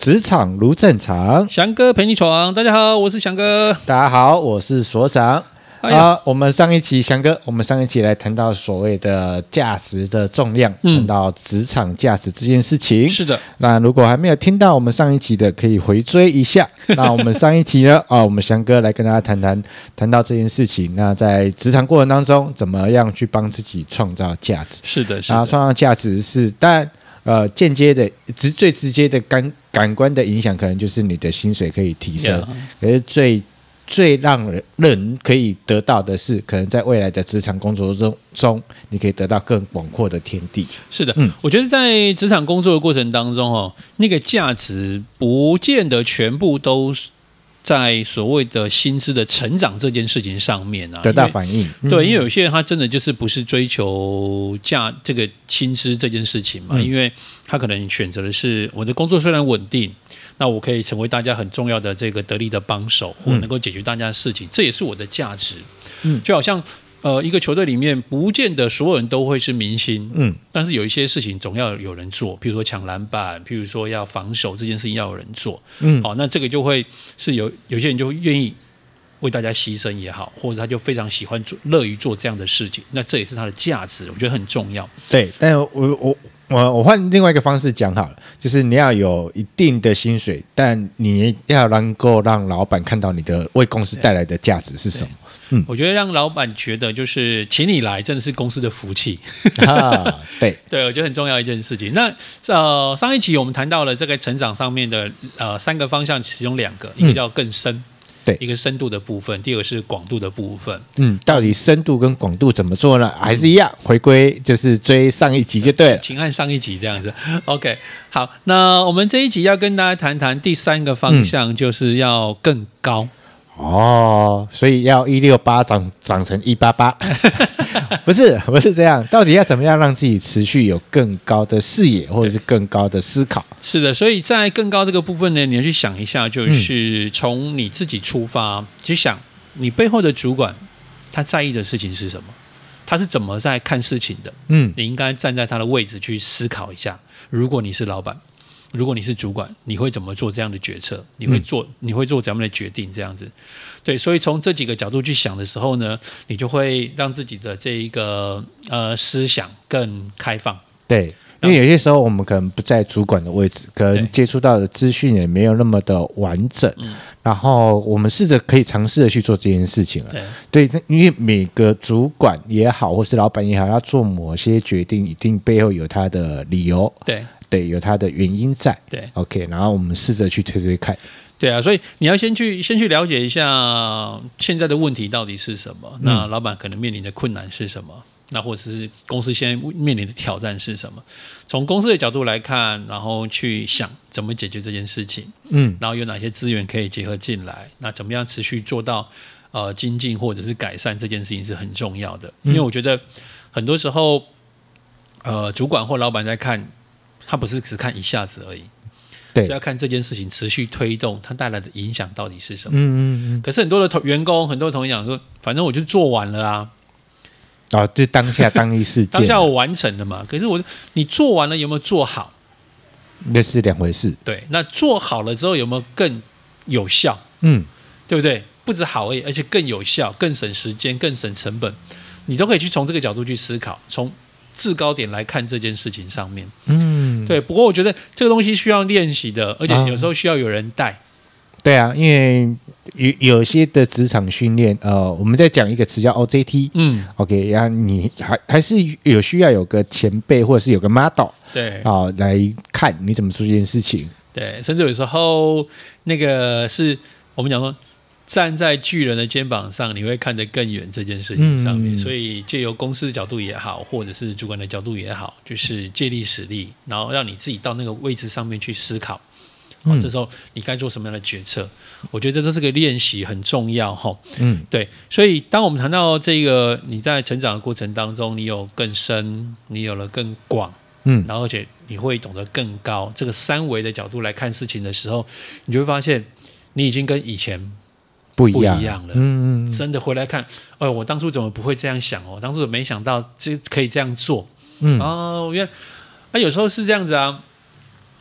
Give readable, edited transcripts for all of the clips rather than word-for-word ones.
职场如正常， 翔哥陪你闯。大家好，我是翔哥。 大家好，我是所长。我们上一期翔哥，我们上一期来谈到所谓的价值的重量，谈到职场价值这件事情。 是的， 那如果还没有听到我们上一期的，可以回追一下。那我们上一期呢，我们翔哥来跟大家谈到这件事情。那在职场过程当中，怎么样去帮自己创造价值？ 是的，是的。 然后创造价值是，当然间接的最直接的感官的影响，可能就是你的薪水可以提升。可是最让人可以得到的是，可能在未来的职场工作中，你可以得到更广阔的天地。 是的，我觉得在职场工作的过程当中，那个价值不见得全部都在所谓的薪资的成长这件事情上面得到反应。 对，因为有些人他真的就是不是追求这个薪资这件事情嘛，因为他可能选择的是我的工作虽然稳定，那我可以成为大家很重要的这个得力的帮手，或能够解决大家的事情，这也是我的价值。就好像一个球队里面不见得所有人都会是明星，但是有一些事情总要有人做，譬如说抢篮板，譬如说要防守，这件事情要有人做。好，那这个就会是有些人就会愿意为大家牺牲也好，或者他就非常喜欢乐于做这样的事情，那这也是他的价值，我觉得很重要。 对，但我换另外一个方式讲好了，就是你要有一定的薪水，但你要能够让老板看到你的为公司带来的价值是什么。 我觉得让老板觉得就是请你来真的是公司的福气。 对对，我觉得很重要一件事情。那上一期我们谈到了这个成长上面的3个方向，其中2个，一个叫更深。对，一个深度的部分，第二个是广度的部分。 到底深度跟广度怎么做呢？还是一样，回归就是追上一集就对了， 请按上一集这样子。OK， 好，那我们这一集要跟大家谈谈第3个方向，就是要更高。 所以要168长成188，不是这样。到底要怎么样让自己持续有更高的视野，或者是更高的思考？ 是的，所以在更高这个部分呢，你要去想一下，就是从你自己出发，去想你背后的主管他在意的事情是什么，他是怎么在看事情的。你应该站在他的位置去思考一下，如果你是老板，如果你是主管，你会怎么做这样的决策？你会做怎样的决定？这样子，对，所以从这几个角度去想的时候呢，你就会让自己的这一个思想更开放。 对，因为有些时候我们可能不在主管的位置，可能接触到的资讯也没有那么的完整，然后我们可以尝试的去做这件事情了。对，因为每个主管也好，或是老板也好，要做某些决定，一定背后有他的理由。对，有它的原因在。对 ，OK， 然后我们试着去推看。 对啊，所以你要先去了解一下现在的问题到底是什么，那老板可能面临的困难是什么，那或者是公司现在面临的挑战是什么？从公司的角度来看，然后去想怎么解决这件事情。然后有哪些资源可以结合进来？那怎么样持续做到精进或者是改善这件事情是很重要的。因为我觉得很多时候主管或老板在看。他不是只看一下子而已，是要看这件事情持续推动它带来的影响到底是什么。可是很多的员工，很多同事讲说，反正我就做完了啊。 就当下当一事件， 当下我完成了嘛。可是你做完了有没有做好？ 那是2回事。 对，那做好了之后有没有更有效？对不对？不止好而已，而且更有效、更省时间、更省成本，你都可以去从这个角度去思考，从制高点来看这件事情上面。对，不过我觉得这个东西需要练习的，而且有时候需要有人带。 对啊，因为有些的职场训练，我们在讲一个词叫 OJT，OK， 然后你还是需要有个前辈或者是有个 model， 对，来看你怎么做这件事情。 对，甚至有时候那个是我们讲说。站在巨人的肩膀上，你会看得更远这件事情上面。所以借由公司的角度也好，或者是主管的角度也好，就是借力使力，然后让你自己到那个位置上面去思考。这时候你该做什么样的决策？我觉得这是个练习，很重要。对。所以当我们谈到这个你在成长的过程当中，你有更深，你有了更广，然后而且你会懂得更高这个3维的角度来看事情的时候，你就会发现你已经跟以前不一样了。真的回来看，我当初怎么不会这样想哦？当初没想到可以这样做。原来有时候是这样子啊。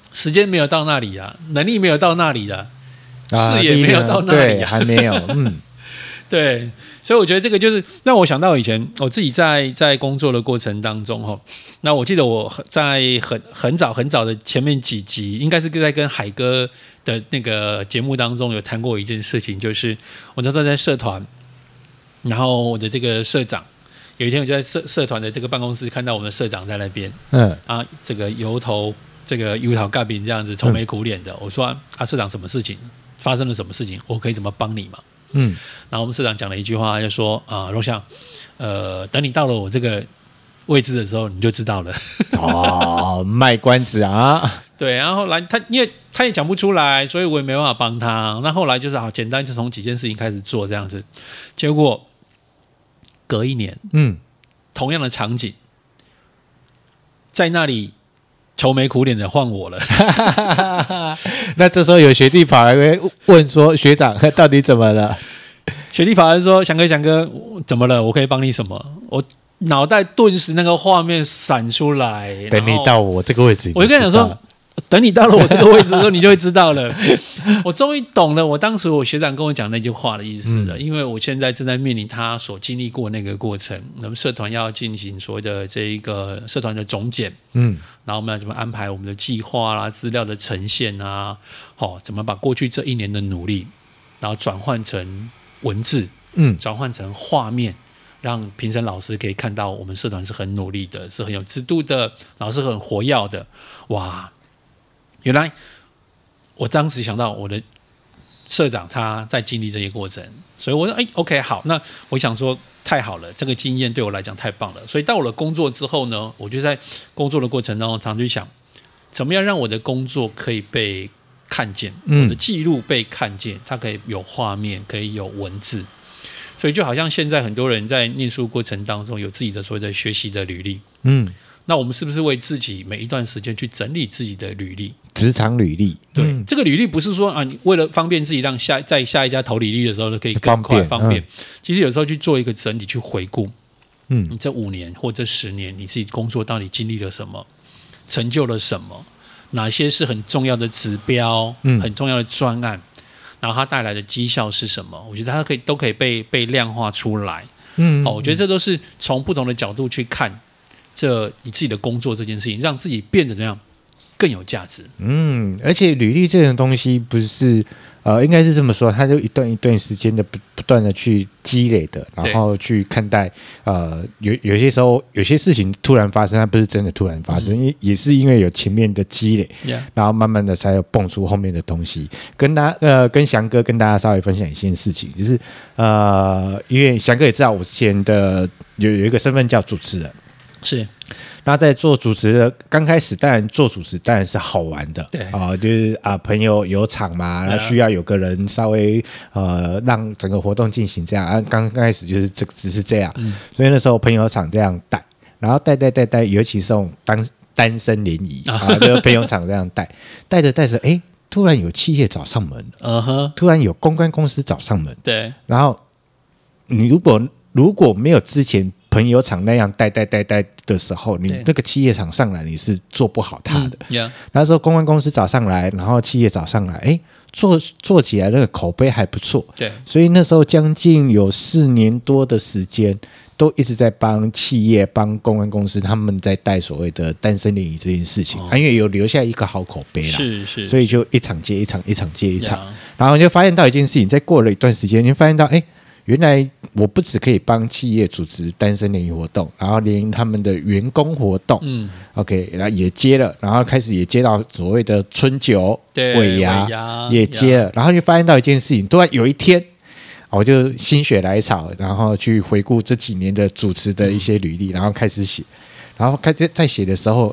时间没有到那里啊，能力没有到那里啊，视野没有到那里还没有， 对，所以我觉得这个就是让我想到以前我自己在工作的过程当中那我记得我在很早的前面几集，应该是在跟海哥的那个节目当中有谈过一件事情，就是我那时候在社团，然后我的这个社长有一天我就在社团的这个办公室看到我们的社长在那边，这个油头这个油头盖饼这样子愁眉苦脸的，我说社长什么事情发生了什么事情，我可以怎么帮你嘛？然后我们社长讲了一句话，他就说荣翔，等你到了我这个位置的时候，你就知道了。 卖关子啊！ 对，然后后来因为他也讲不出来，所以我也没办法帮他。那后来就是好简单，就从几件事情开始做这样子。结果隔一年，同样的场景，在那里愁眉苦脸的换我了。 那这时候有学弟跑来问说：“学长，到底怎么了？” 学弟跑来说：“翔哥，怎么了？我可以帮你什么？”我脑袋顿时那个画面闪出来。 等你到我这个位置， 我就跟你讲说，等你到了我这个位置的时候，你就会知道了。我终于懂了，我当时我学长跟我讲那句话的意思了。因为我现在正在面临他所经历过那个过程。那么社团要进行所谓的这一个社团的总检，然后我们要怎么安排我们的计划啦、资料的呈现啊，怎么把过去这一年的努力，然后转换成文字，转换成画面。让评审老师可以看到我们社团是很努力的，是很有制度的，然后是很活跃的。哇，原来我当时想到我的社长他在经历这些过程，所以我说OK 好，那我想说太好了，这个经验对我来讲太棒了。所以到我的工作之后呢，我就在工作的过程当中常去想，怎么样让我的工作可以被看见，我的记录被看见，它可以有画面，可以有文字。所以就好像现在很多人在念书过程当中有自己的所谓的学习的履历，那我们是不是为自己每一段时间去整理自己的履历， 职场履历？ 对，这个履历不是说你为了方便自己让在下一家投履历的时候可以更快方便，其实有时候去做一个整理去回顾，你这5年或这10年你自己工作到底经历了什么，成就了什么，哪些是很重要的指标，很重要的专案，然后它带来的绩效是什么？我觉得它都可以被量化出来。我觉得这都是从不同的角度去看你自己的工作这件事情，让自己变得怎么样更有价值。而且履历这种东西不是应该是这么说，它就一段时间的不断的去积累的，然后去看待有些时候有些事情突然发生，它不是真的突然发生，也是因为有前面的积累，然后慢慢的才有蹦出后面的东西。跟翔哥跟大家稍微分享一件事情，就是因为翔哥也知道我之前的有一个身份叫主持人， 是。 那在做主持的刚开始，当然做主持当然是好玩的， 对就是朋友有场嘛，然后需要有个人稍微让整个活动进行这样刚开始就是只是这样，所以那时候朋友场这样带，然后带，尤其是这种单身联谊就是朋友场这样带着，突然有企业找上门，突然有公关公司找上门， 对，然后你如果没有之前朋友场那样带的时候，你那个企业场上来你是做不好它的。那时候公关公司找上来，然后企业找上来，做起来那个口碑还不错。 对， 所以那时候将近有4年多的时间，都一直在帮企业、帮公关公司他们在带所谓的单身联谊这件事情，因为有留下一个好口碑啦， 是， 所以就一场接一场，然后你就发现到一件事情，在过了一段时间，你就发现到原来我不只可以帮企业主持单身联谊活动，然后连他们的员工活动，OK， 然后也接了，然后开始也接到所谓的春酒、尾牙也接了，然后就发现到一件事情，突然有一天，我就心血来潮，然后去回顾这几年的主持的一些履历，然后开始写，然后开始在写的时候，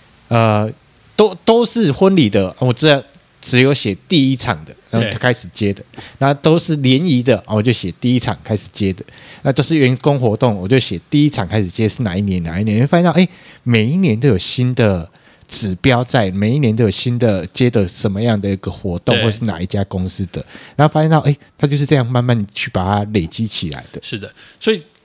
都是婚礼的，我只有写第一场的，然后开始接的，那都是联谊的，我就写第一场开始接的，那都是员工活动，我就写第一场开始接是哪一年，你会发现到，每一年都有新的指标在，每一年都有新的接的什么样的一个活动，或是哪一家公司的，然后发现到，它就是这样慢慢去把它累积起来的。 是的，所以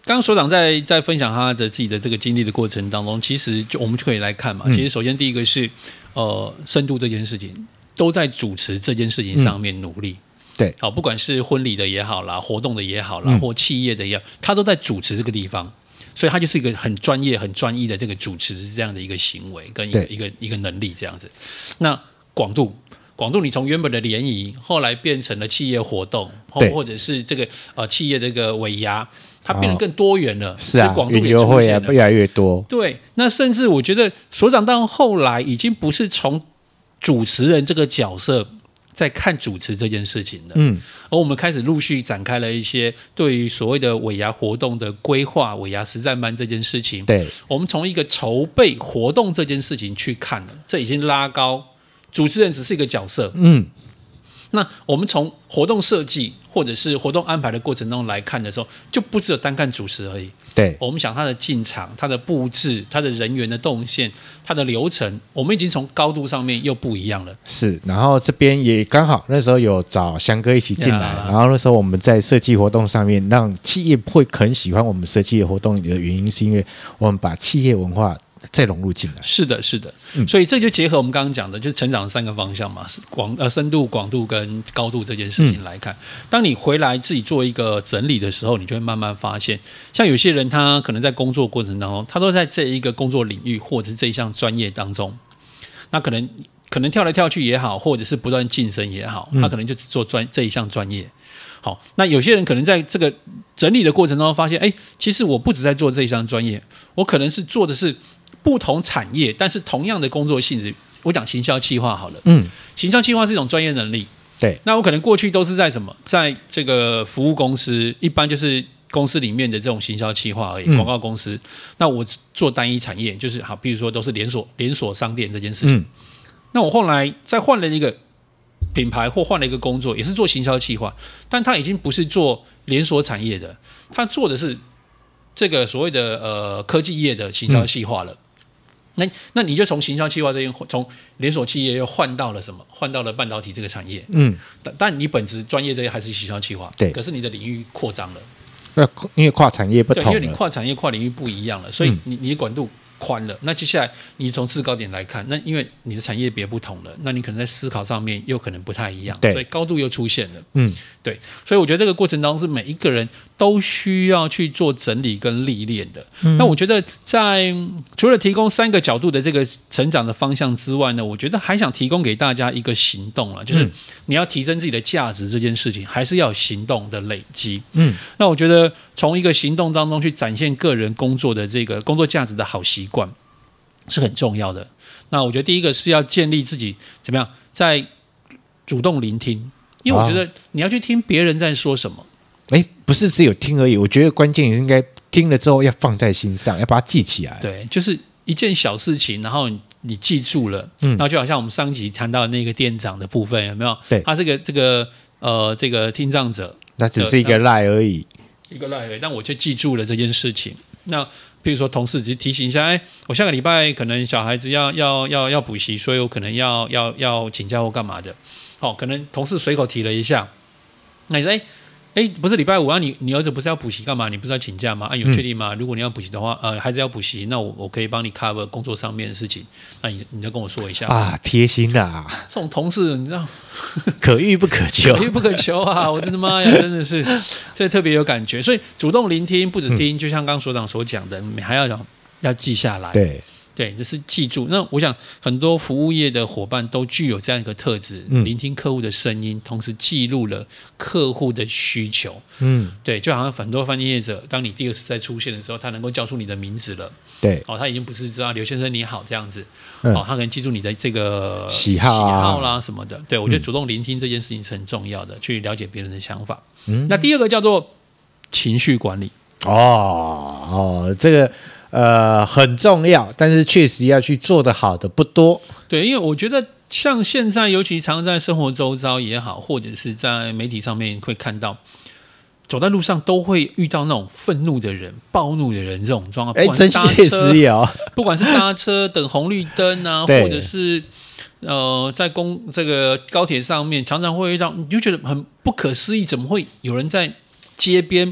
刚刚所长在分享他的自己的这个经历的过程当中，其实我们就可以来看嘛。其实首先第一个是深度这件事情，都在主持这件事情上面努力。 对， 不管是婚礼的也好啦，活动的也好啦，或企业的也好，他都在主持这个地方，所以他就是一个很专业、很专一的这个主持这样的一个行为跟一个能力这样子。那广度，你从原本的联谊，后来变成了企业活动，或者是这个企业这个尾牙，它变得更多元了， 是啊， 广度也出现了， 越来越多。 对，那甚至我觉得所长到后来已经不是从主持人这个角色在看主持这件事情了，而我们开始陆续展开了一些对于所谓的尾牙活动的规划、尾牙实战班这件事情， 对， 我们从一个筹备活动这件事情去看了，这已经拉高，主持人只是一个角色，那我们从活动设计或者是活动安排的过程中来看的时候，就不只有单看主持而已。 对， 我们想他的进场、他的布置、他的人员的动线、他的流程，我们已经从高度上面又不一样了。是， 然后这边也刚好那时候有找翔哥一起进来，然后那时候我们在设计活动上面，让企业会很喜欢我们设计的活动的原因，是因为我们把企业文化再融入进来。 是的，所以这就结合我们刚刚讲的，就是成长的3个方向嘛，深度、广度跟高度这件事情来看。当你回来自己做一个整理的时候，你就会慢慢发现，像有些人他可能在工作过程当中，他都在这一个工作领域或者是这一项专业当中，那可能跳来跳去也好，或者是不断晋升也好，他可能就只做这一项专业。好，那有些人可能在这个整理的过程当中发现，其实我不只在做这一项专业，我可能是做的是不同产业，但是同样的工作性质。我讲行销企划好了，行销企划是一种专业能力。 对， 那我可能过去都是在什么，在这个服务公司，一般就是公司里面的这种行销企划而已，广告公司。那我做单一产业，就是好，比如说都是连锁商店这件事情。那我后来再换了一个品牌或换了一个工作，也是做行销企划，但他已经不是做连锁产业的，他做的是这个所谓的科技业的行销企划了。那你就从行销企划这边，从连锁企业又换到了什么？换到了半导体这个产业。但你本质专业这些还是行销企划，对，可是你的领域扩张了， 因为跨产业不同了， 因为你跨产业、跨领域不一样了，所以你的管度宽了。那接下来你从制高点来看，那因为你的产业别不同了，那你可能在思考上面又可能不太一样，所以高度又出现了。对，所以我觉得这个过程当中是每一个人都需要去做整理跟历练的。那我觉得在除了提供3个角度的这个成长的方向之外呢，我觉得还想提供给大家一个行动了，就是你要提升自己的价值这件事情，还是要有行动的累积。那我觉得从一个行动当中去展现个人工作的这个工作价值的好习惯是很重要的。那我觉得第一个是要建立自己怎么样在主动聆听，因为我觉得你要去听别人在说什么。 不是只有听而已，我觉得关键也是应该听了之后要放在心上，要把它记起来。 对，就是一件小事情，然后你记住了，然后就好像我们上一集谈到的那个店长的部分，有没有？对，他这个听障者， 那只是一个赖而已， 但我就记住了这件事情。那譬如说同事只是提醒一下，我下个礼拜可能小孩子要补习，所以我可能要请假或干嘛的。可能同事随口提了一下，那你说不是礼拜五啊，你儿子不是要补习干嘛？你不是要请假吗？有确定吗？如果你要补习的话，孩子要补习，那我可以帮你 cover 工作上面的事情，那你就跟我说一下啊，贴心啊！ 这种同事你知道， 可遇不可求， 可遇不可求啊！我的妈呀，真的是这特别有感觉。所以主动聆听，不止听，就像刚刚所长所讲的，你还要记下来。对，就是记住。那我想很多服务业的伙伴都具有这样一个特质，聆听客户的声音，同时记录了客户的需求。对，就好像很多翻译业者，当你第2次再出现的时候，他能够叫出你的名字了。对，他已经不是知道刘先生你好这样子，他可能记住你的这个喜好啦什么的。对，我觉得主动聆听这件事情是很重要的，去了解别人的想法。那第2个叫做情绪管理。 这个很重要，但是确实要去做得好的不多。 对，因为我觉得像现在，尤其常在生活周遭也好，或者是在媒体上面会看到，走在路上都会遇到那种愤怒的人、暴怒的人这种状况。 真确实有， 不管是搭车等红绿灯啊，或者是在这个高铁上面，常常会遇到，你就觉得很不可思议，怎么会有人在街边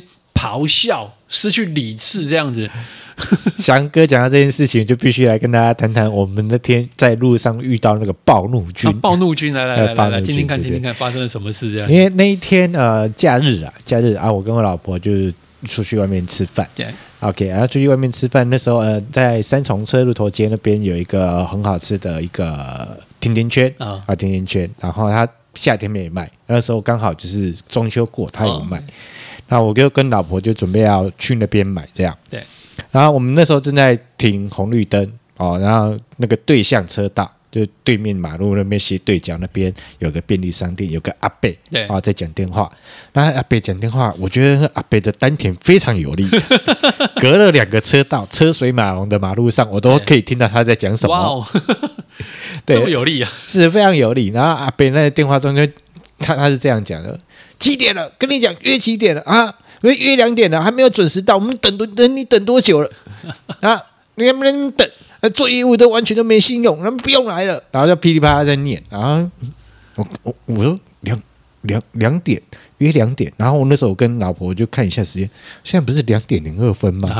咆哮，失去理智这样子。 翔哥讲到这件事情，就必须来跟大家谈谈我们那天在路上遇到那个暴怒君。 暴怒君，来，听听看发生了什么事这样。 因为那一天假日啊，我跟我老婆就是出去外面吃饭。 对 ，OK， 然后出去外面吃饭，那时候在三重车路头街那边有一个很好吃的一个甜甜圈甜甜圈，然后它夏天没卖，那时候刚好就是中秋过，它有卖。那我就跟老婆就准备要去那边买这样。 对。 然后我们那时候正在停红绿灯然后那个对向车道，就对面马路那边斜对角那边有个便利商店，有个阿伯在讲电话。那阿伯讲电话，我觉得阿伯的丹田非常有力，隔了2个车道，车水马龙的马路上，我都可以听到他在讲什么。 哇，这么有力啊！ 是非常有力。然后阿伯那个电话中间，他是这样讲的：几点了？跟你讲约几点了啊？约2点了，还没有准时到，我们等你等多久了？啊，你能不能等？做业务都完全都没信用，那不用来了。然后就噼里啪啦在念，然后我说2点约2点，然后我那时候我跟老婆就看一下时间，现在不是2点02分吗？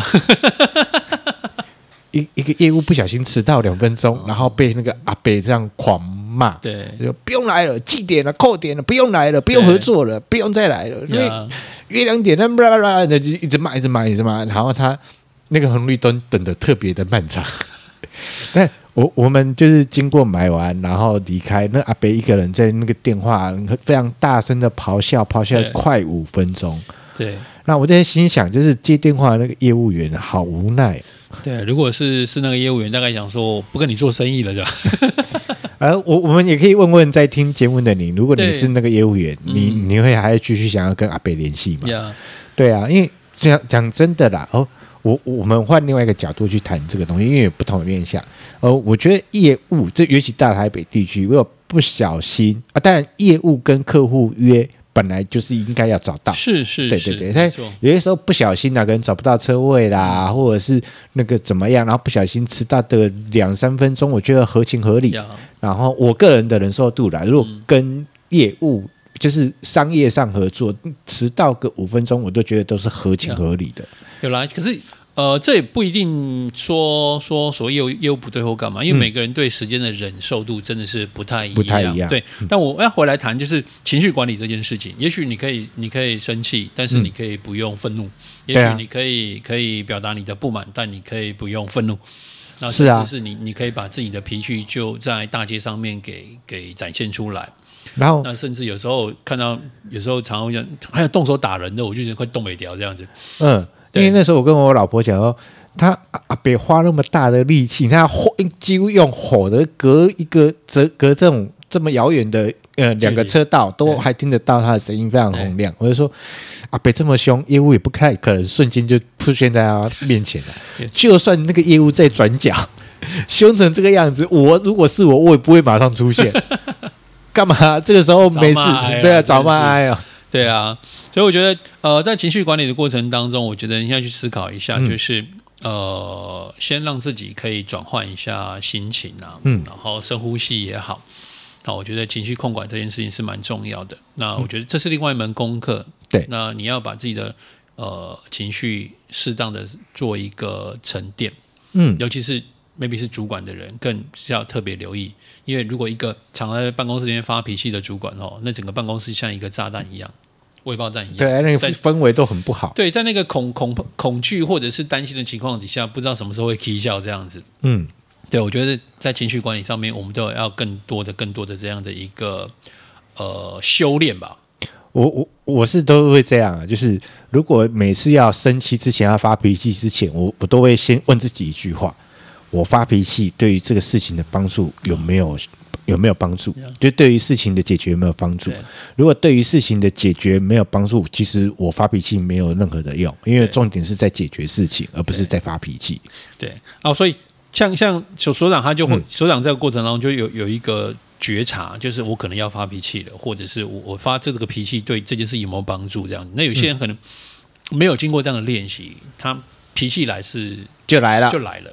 一个业务不小心迟到2分钟，然后被那个阿伯这样狂骂， 对， 就不用来了，记点了，扣点了，不用来了，不用合作了，不用再来了，因为约2点，那就一直骂，然后他那个红绿灯等得特别的漫长。但我们就是经过买完，然后离开，那阿伯一个人在那个电话非常大声的咆哮快5分钟。 对， 那我在心想，就是接电话的那个业务员好无奈。 对，如果是那个业务员，大概讲说不跟你做生意了，对吧？ 我们也可以问问在听节目的你，如果你是那个业务员，你会还继续想要跟阿伯联系吗？对啊，因为讲真的啦，我们换另外一个角度去谈这个东西，因为有不同的面向。我觉得业务，这尤其大台北地区，如果不小心当然业务跟客户约本来就是应该要找到， 是， 对，但有些时候不小心可能找不到车位啦，或者是那个怎么样，然后不小心迟到的2-3分钟，我觉得合情合理。然后我个人的忍受度啦，如果跟业务就是商业上合作，迟到个5分钟，我都觉得都是合情合理的。 有啦，可是这也不一定说所谓业务不对或干嘛，因为每个人对时间的忍受度真的是不太一样。对，但我要回来谈就是情绪管理这件事情。也许你可以生气，但是你可以不用愤怒；也许你可以表达你的不满，但你可以不用愤怒。那甚至是你可以把自己的脾气就在大街上面给展现出来。然后那甚至有时候看到，有时候常常还有动手打人的，我就觉得快动没掉这样子。 因为那时候我跟我老婆讲说，他阿伯花那么大的力气，他几乎用吼的隔这么遥远的2个车道都还听得到他的声音，非常洪亮。我就说阿伯这么凶，业务也不太可能瞬间就出现在他面前了。就算那个业务在转角凶成这个样子，如果是我也不会马上出现。干嘛？这个时候没事，对啊，找骂哀啊。 对啊，所以我觉得在情绪管理的过程当中，我觉得你要去思考一下，就是先让自己可以转换一下心情啊，然后深呼吸也好。那我觉得情绪控管这件事情是蛮重要的。那我觉得这是另外一门功课。 对， 那你要把自己的情绪适当的做一个沉淀。尤其是 maybe 是主管的人更是要特别留意，因为如果一个常在办公室里面发脾气的主管那整个办公室像一个炸弹一样。未爆弹一样， 对，那个氛围都很不好。 对，在那个恐惧或者是担心的情况底下，不知道什么时候会起笑这样子。对，我觉得在情绪管理上面，我们都要更多的这样的一个修炼吧。 我是都会这样啊，就是如果每次要生气之前要发脾气之前，我都会先问自己一句话：我发脾气对于这个事情的帮助有没有帮助？就对于事情的解决有没有帮助？如果对于事情的解决没有帮助，其实我发脾气没有任何的用，因为重点是在解决事情，而不是在发脾气。 对，所以像所长他就会，所长在这个过程当中就有一个觉察，就是我可能要发脾气了，或者是我发这个脾气对这件事有没有帮助这样子。那有些人可能没有经过这样的练习，他脾气来就来了。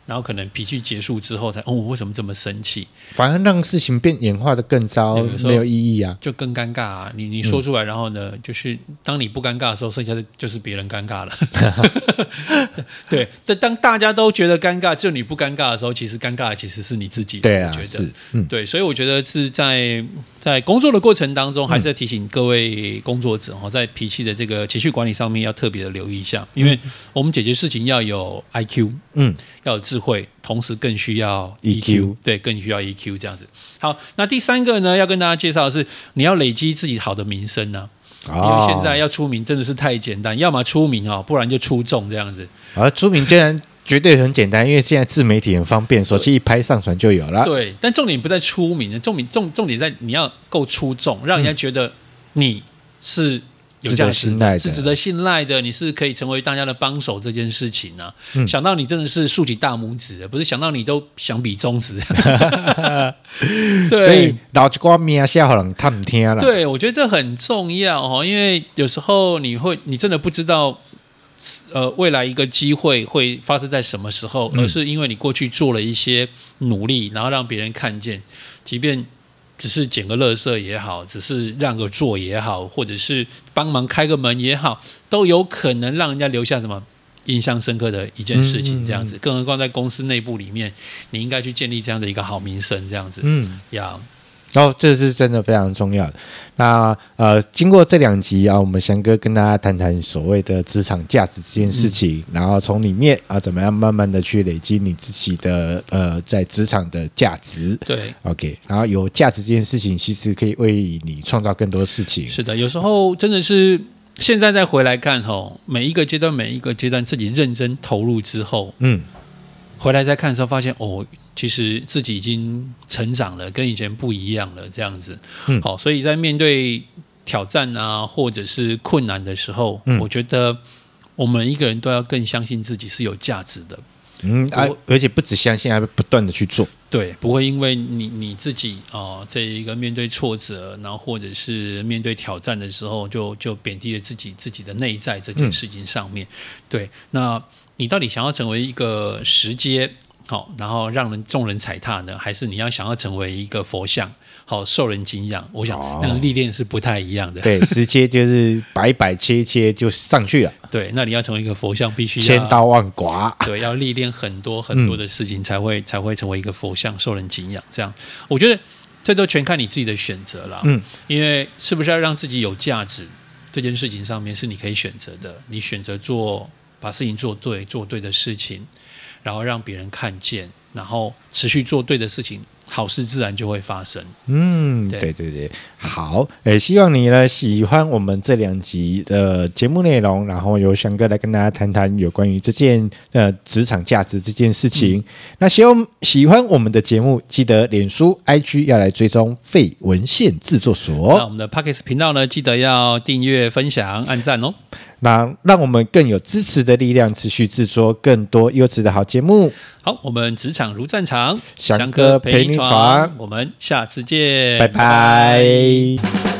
然后可能脾气结束之后才我为什么这么生气？ 反而让事情演化的更糟，没有意义啊， 就更尴尬啊！你说出来，然后呢，就是当你不尴尬的时候，剩下的就是别人尴尬了。对，当大家都觉得尴尬，就你不尴尬的时候，其实尴尬的其实是你自己。 对啊， 我觉得对，所以我觉得是在工作的过程当中，还是要提醒各位工作者在脾气的这个情绪管理上面要特别的留意一下，因为我们解决事情要有 IQ， 要有智慧，同时更需要 EQ， 对，更需要 EQ 这样子。好，那第三个呢，要跟大家介绍的是，你要累积自己好的名声呢。因为现在要出名真的是太简单，要么出名不然就出众这样子。出名竟然绝对很简单，因为现在自媒体很方便，手机一拍上传就有了。 对，但重点不在出名，重点在你要够出众，让人家觉得你是有价值的，是值得信赖的，你是可以成为大家的帮手这件事情啊。想到你真的是竖起大拇指，不是想到你都想比中指。对， 所以老一挂名下好人他不听了。 对，我觉得这很重要因为有时候你真的不知道。未来一个机会会发生在什么时候，而是因为你过去做了一些努力，然后让别人看见，即便只是捡个垃圾也好，只是让个座也好，或者是帮忙开个门也好，都有可能让人家留下什么印象深刻的一件事情这样子。更何况在公司内部里面，你应该去建立这样的一个好名声这样子。 这是真的非常重要的。那经过这2集我们翔哥跟大家谈谈所谓的职场价值这件事情，然后从里面怎么样慢慢的去累积你自己的在职场的价值。 对 ，OK， 然后有价值这件事情其实可以为你创造更多事情。 是的，有时候真的是现在再回来看每一个阶段自己认真投入之后，回来再看的时候发现其实自己已经成长了，跟以前不一样了，这样子。所以在面对挑战或者是困难的时候，我觉得我们一个人都要更相信自己是有价值的。 而且不只相信，还会不断的去做。 对，不会因为你自己这一个面对挫折，然后或者是面对挑战的时候，就贬低了自己的内在这件事情上面。对，那你到底想要成为一个石阶？然后让众人踩踏呢，还是你要想要成为一个佛像，受人敬仰？我想那个历练是不太一样的。 对，直接就是摆切就上去了。 对，那你要成为一个佛像，必须要千刀万剐。 对，要历练很多很多的事情，才会成为一个佛像，受人敬仰。这样，我觉得这都全看你自己的选择啦。因为是不是要让自己有价值这件事情上面是你可以选择的，你选择把事情做对的事情。然后让别人看见，然后持续做对的事情，好事自然就会发生。 对，好，希望你呢喜欢我们这2集的节目内容，然后由翔哥来跟大家谈谈有关于这件职场价值这件事情。那喜欢我们的节目，记得脸书 IG 要来追踪废文献制作所。 那我们的 Podcast 频道呢，记得要订阅、分享、按赞哦。 那让我们更有支持的力量，持续制作更多优质的好节目。 好，我们职场如战场， 翔哥陪你闯， 我们下次见， 拜拜。